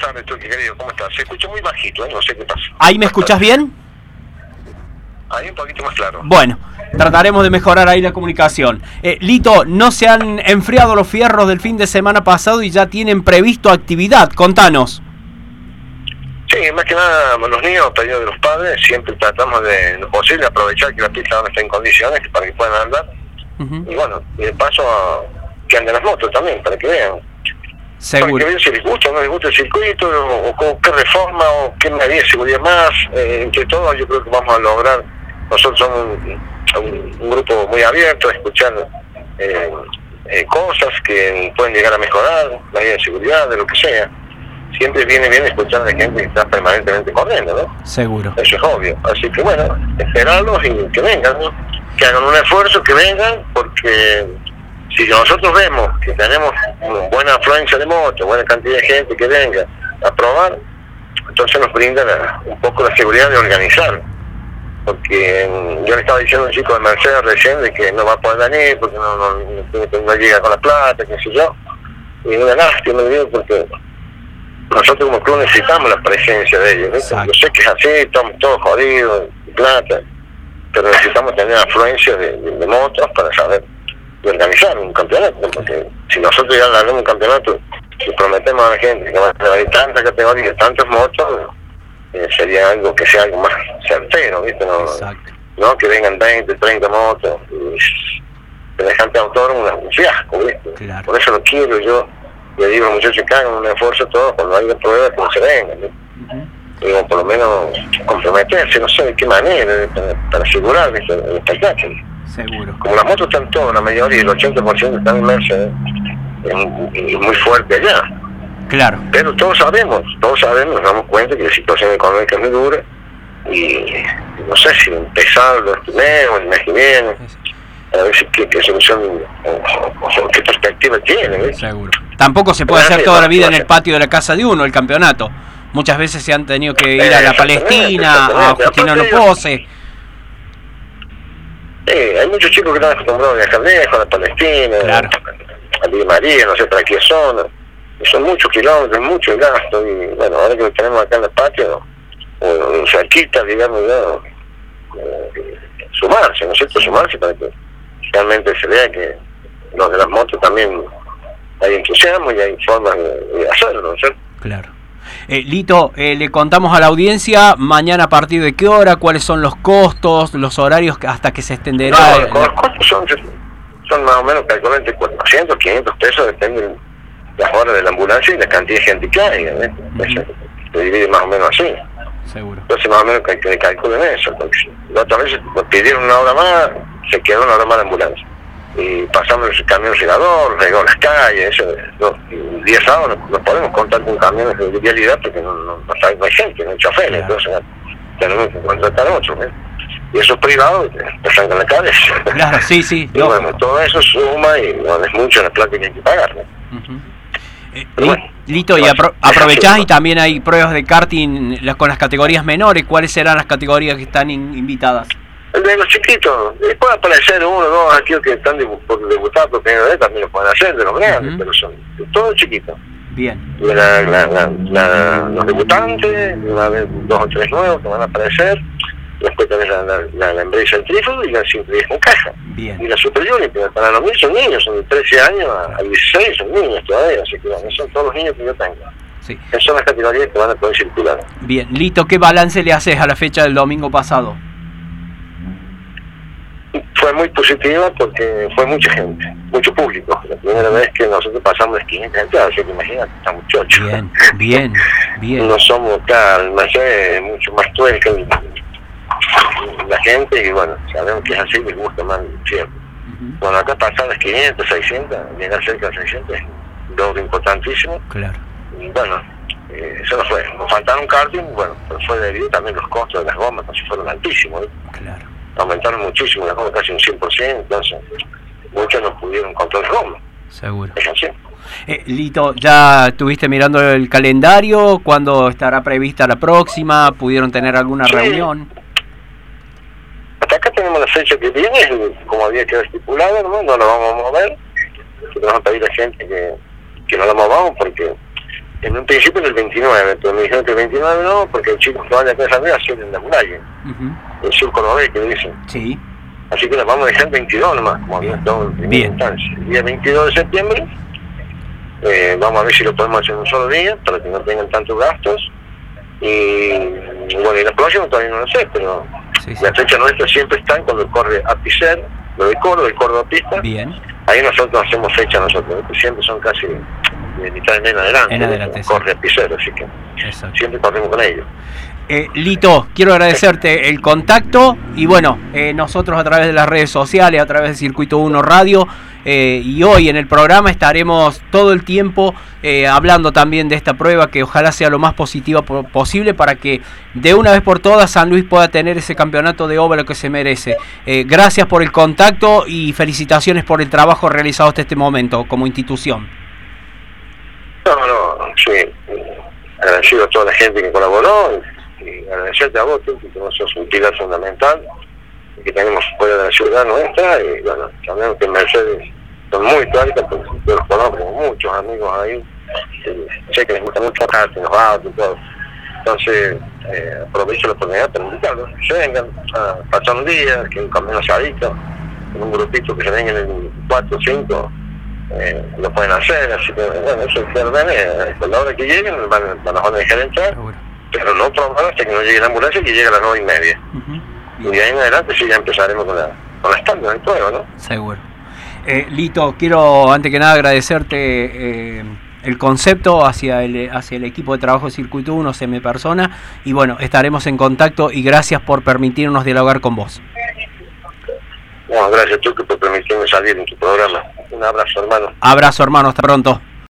tardes, Tuki, querido, ¿cómo estás? Se escucha muy bajito, no sé qué pasa. ¿Ahí me escuchás bien? Ahí un poquito más claro. Bueno, trataremos de mejorar ahí la comunicación. Lito, no se han enfriado los fierros del fin de semana pasado y ya tienen previsto actividad. Contanos. Sí, más que nada, los niños, a pedido de los padres, siempre tratamos de lo posible aprovechar que la pista ahora está en condiciones para que puedan andar. Y bueno, y de paso que anden las motos también, para que vean. Seguro. Para que vean si les gusta o no les gusta el circuito, o qué reforma, o qué medida de seguridad más. Entre todo, yo creo que vamos a lograr. Nosotros somos un grupo muy abierto a escuchar cosas que pueden llegar a mejorar, medidas de seguridad, de lo que sea. Siempre viene bien escuchar a la gente que está permanentemente corriendo, ¿no? Seguro. Eso es obvio. Así que bueno, esperarlos y que vengan, ¿no? Que hagan un esfuerzo, que vengan, porque si nosotros vemos que tenemos una buena afluencia de motos, buena cantidad de gente que venga a probar, entonces nos brinda un poco la seguridad de organizar. Porque yo le estaba diciendo a un chico de Mercedes recién de que no va a poder venir porque no llega con la plata, qué sé yo. Y una lástima, le digo, porque nosotros como club necesitamos la presencia de ellos, ¿viste? Yo sé que es así, estamos todos jodidos, plata, pero necesitamos tener afluencia de motos para saber y organizar un campeonato, porque si nosotros ya ganamos un campeonato y prometemos a la gente que va a haber tantas categorías, tantas motos, sería algo que sea algo más certero, ¿viste? No que vengan 20, 30 motos y semejante autónomo, un fiasco, ¿viste? Claro. Por eso lo quiero yo. Le digo a los muchachos que hagan un esfuerzo todos, cuando haya pruebas, que no se vengan, ¿no? Digo, por lo menos comprometerse, no sé de qué manera, para asegurar el espectáculo. Seguro. Como las motos están todas, la mayoría, el 80% están inmersas, es muy fuerte allá. Claro. Pero todos sabemos, nos damos cuenta que la situación económica es muy dura y no sé si empezarlo este mes o el mes que viene, a ver si qué solución o qué perspectiva tiene, ¿ves? Seguro. Tampoco se puede hacer toda la vida en el patio de la casa de uno, el campeonato. Muchas veces se han tenido que ir a la Palestina, a Justiniano Pose. Hay muchos chicos que están acostumbrados a viajar lejos, a la Palestina, claro, a Villa María, no sé para qué zona. Son muchos kilómetros, mucho gasto, y bueno, ahora que lo tenemos acá en el patio, o cerquita, digamos, sumarse, ¿no es cierto? Sumarse para que realmente se vea que los de las motos también hay entusiasmo y hay formas de hacerlo, ¿no es cierto? Claro. Lito, le contamos a la audiencia mañana a partir de qué hora, cuáles son los costos, los horarios hasta que se extenderá. No, los costos son más o menos, calculan entre 400, 500 pesos, depende las horas de la ambulancia y la cantidad de gente que hay, ¿eh? Se divide más o menos así. Seguro. Entonces más o menos que calculen eso. La otra vez nos pidieron una hora más, se quedó una hora más de ambulancia. Y pasamos el camión regador, regó las calles, eso, el día sábado no podemos contar con camiones de vialidad porque no hay gente, no hay choferes, claro. Entonces tenemos que contratar otros, ¿eh? Y eso es privado, te sacan la cabeza. Claro, sí. Y bueno, todo eso suma y no es mucho la plata que hay que pagar, ¿no? Bueno, Lito, y aprovechás y también hay pruebas de karting con las categorías menores. ¿Cuáles serán las categorías que están invitadas? De los chiquitos, puede aparecer uno o dos aquellos que están por debutar por primera vez, también lo pueden hacer, de los grandes, pero son todos chiquitos. Bien. Los debutantes, va a haber 2 o 3 nuevos que van a aparecer, después tenés la empresa del Trífodo y la simple 10 con caja. Bien. Y la Super Junior, que para los niños son niños, son de 13 años a 16, son niños todavía, así que bueno, son todos los niños que yo tengo. Sí. Esas son las categorías que van a poder circular. Bien, Lito, ¿qué balance le haces a la fecha del domingo pasado? Fue muy positiva porque fue mucha gente, mucho público. La primera vez que nosotros pasamos de 500 entradas, así que imagínate, estamos chochos. Bien. No somos acá, no sé, mucho más tuerca la gente, y bueno, sabemos que es así, les gusta más siempre. Bueno, acá pasar las 500, 600, llegar cerca de 600 es un logro importantísimo. Claro. Y bueno, eso no fue. Nos faltaron karting, bueno, pero fue debido también los costos de las gomas, que fueron altísimos. Claro. Aumentaron muchísimo las gomas, casi un 100%, entonces muchos no pudieron comprar gomas. Seguro. Es así. Lito, ¿ya estuviste mirando el calendario? ¿Cuándo estará prevista la próxima? ¿Pudieron tener alguna reunión? Hasta acá tenemos la fecha que viene, como había quedado estipulado, no la vamos a mover. Le vamos a pedir a la gente que no la movamos porque en un principio en el 29, pero me dijeron que el 29 no, porque el chico que vaya a casa arriba hacer en la muralla, el sur cordobés que dicen. Sí. Así que nos vamos a dejar el 22 nomás, como había estado en primera instancia. El día 22 de septiembre, vamos a ver si lo podemos hacer en un solo día, para que no tengan tantos gastos. Y bueno, y la próxima todavía no lo sé, pero la fecha nuestra siempre está cuando corre a Picer, lo de Córdoba Pista. Bien. Ahí nosotros hacemos fecha nosotros, que siempre son casi de mitad de mes en adelante, corre a Picer, así que siempre corremos con ellos. Lito, quiero agradecerte el contacto y bueno, nosotros a través de las redes sociales, a través de Circuito 1 Radio y hoy en el programa estaremos todo el tiempo hablando también de esta prueba que ojalá sea lo más positiva posible para que de una vez por todas San Luis pueda tener ese campeonato de óvalo que se merece. Gracias por el contacto y felicitaciones por el trabajo realizado hasta este momento como institución. Sí, agradecido a toda la gente que colaboró. Y agradecerte a vos, que vos sos un pilar fundamental que tenemos fuera de la ciudad nuestra, y bueno, también que Mercedes son muy históricas, porque yo los conozco, muchos amigos ahí, sé que les gusta mucho acá, en los autos y todo. Entonces, aprovecho la oportunidad para invitarlos, que se vengan a pasar un día, que comen asadito, en un grupito que se vengan en 4 o 5, lo pueden hacer, así que bueno, eso es verdad, por la hora que lleguen van a dejar entrar. Pero no probar hasta que no llegue la ambulancia, que llegue a las 9:30. Y de ahí en adelante sí ya empezaremos con la estándar de prueba, ¿no? Seguro. Lito, quiero antes que nada agradecerte el concepto hacia el equipo de trabajo de Circuito 1, CM Persona, y bueno, estaremos en contacto y gracias por permitirnos dialogar con vos. Bueno, gracias tú por permitirme salir en tu programa. Un abrazo, hermano. Abrazo, hermano, hasta pronto.